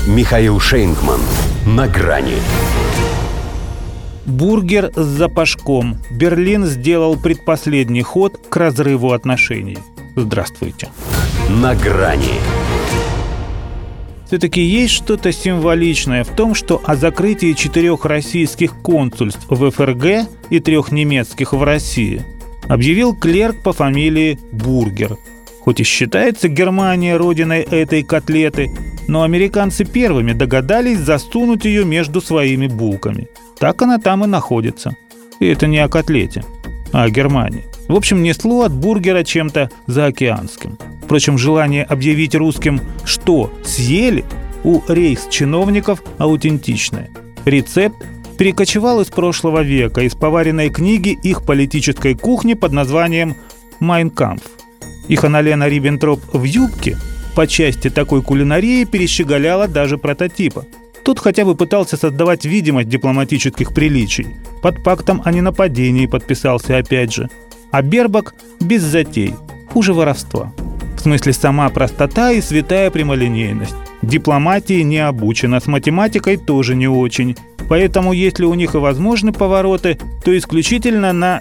Михаил Шейнгман. На грани. Бургер с запашком. Берлин сделал предпоследний ход к разрыву отношений. Здравствуйте. На грани. Все-таки есть что-то символичное в том, что о закрытии 4 российских консульств в ФРГ и 3 немецких в России объявил клерк по фамилии Бургер. Хоть и считается Германия родиной этой котлеты, но американцы первыми догадались засунуть ее между своими булками. Так она там и находится. И это не о котлете, а о Германии. В общем, несло от бургера чем-то заокеанским. Впрочем, желание объявить русским, что съели, у рейхсчиновников аутентичное. Рецепт перекочевал из прошлого века, из поваренной книги их политической кухни под названием «Майн кампф». Их Анна-Лена Риббентроп в юбке по части такой кулинарии перещеголяла даже прототипа. Тот хотя бы пытался создавать видимость дипломатических приличий. Под пактом о ненападении подписался опять же. А Бербак без затей, хуже воровства. В смысле, сама простота и святая прямолинейность. Дипломатии не обучена, с математикой тоже не очень. Поэтому, если у них и возможны повороты, то исключительно на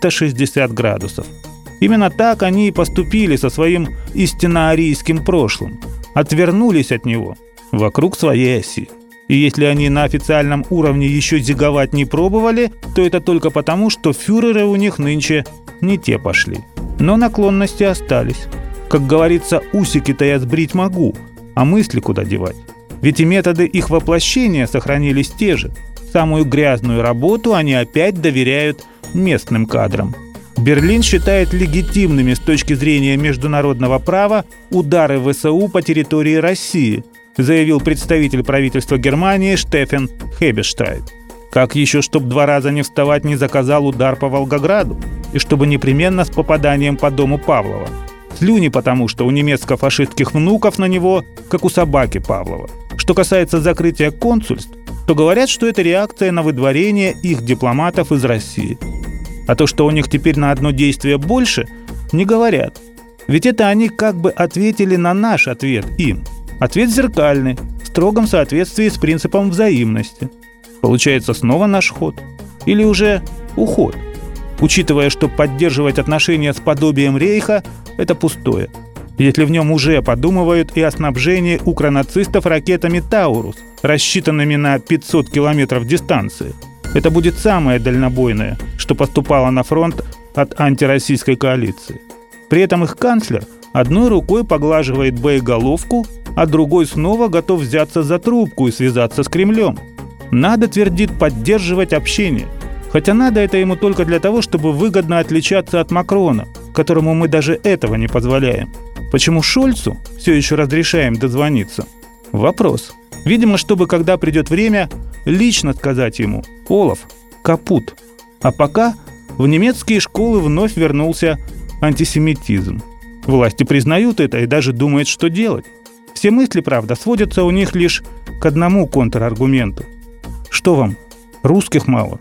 360 градусов. Именно так они и поступили со своим истинно арийским прошлым. Отвернулись от него вокруг своей оси. И если они на официальном уровне еще зиговать не пробовали, то это только потому, что фюреры у них нынче не те пошли. Но наклонности остались. Как говорится, усики-то я сбрить могу, а мысли куда девать? Ведь и методы их воплощения сохранились те же. Самую грязную работу они опять доверяют местным кадрам. Берлин считает легитимными с точки зрения международного права удары ВСУ по территории России, заявил представитель правительства Германии Штефен Хебештайт. Как еще, чтоб 2 раза не вставать, не заказал удар по Волгограду? И чтобы непременно с попаданием по дому Павлова. Слюни потому, что у немецко-фашистских внуков на него, как у собаки Павлова. Что касается закрытия консульств, то говорят, что это реакция на выдворение их дипломатов из России. А то, что у них теперь на одно действие больше, не говорят. Ведь это они как бы ответили на наш ответ им. Ответ зеркальный, в строгом соответствии с принципом взаимности. Получается, снова наш ход? Или уже уход? Учитывая, что поддерживать отношения с подобием рейха – это пустое. Если в нем уже подумывают и о снабжении укронацистов ракетами «Таурус», рассчитанными на 500 километров дистанции. Это будет самое дальнобойное, что поступало на фронт от антироссийской коалиции. При этом их канцлер одной рукой поглаживает боеголовку, а другой снова готов взяться за трубку и связаться с Кремлем. Надо, твердит, поддерживать общение. Хотя надо это ему только для того, чтобы выгодно отличаться от Макрона, которому мы даже этого не позволяем. Почему Шольцу все еще разрешаем дозвониться? Вопрос. Видимо, чтобы, когда придет время, лично сказать ему: «Олаф, капут». А пока в немецкие школы вновь вернулся антисемитизм. Власти признают это и даже думают, что делать. Все мысли, правда, сводятся у них лишь к одному контраргументу. Что вам, русских мало?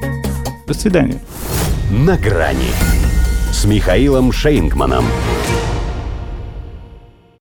До свидания. На грани с Михаилом Шейнгманом.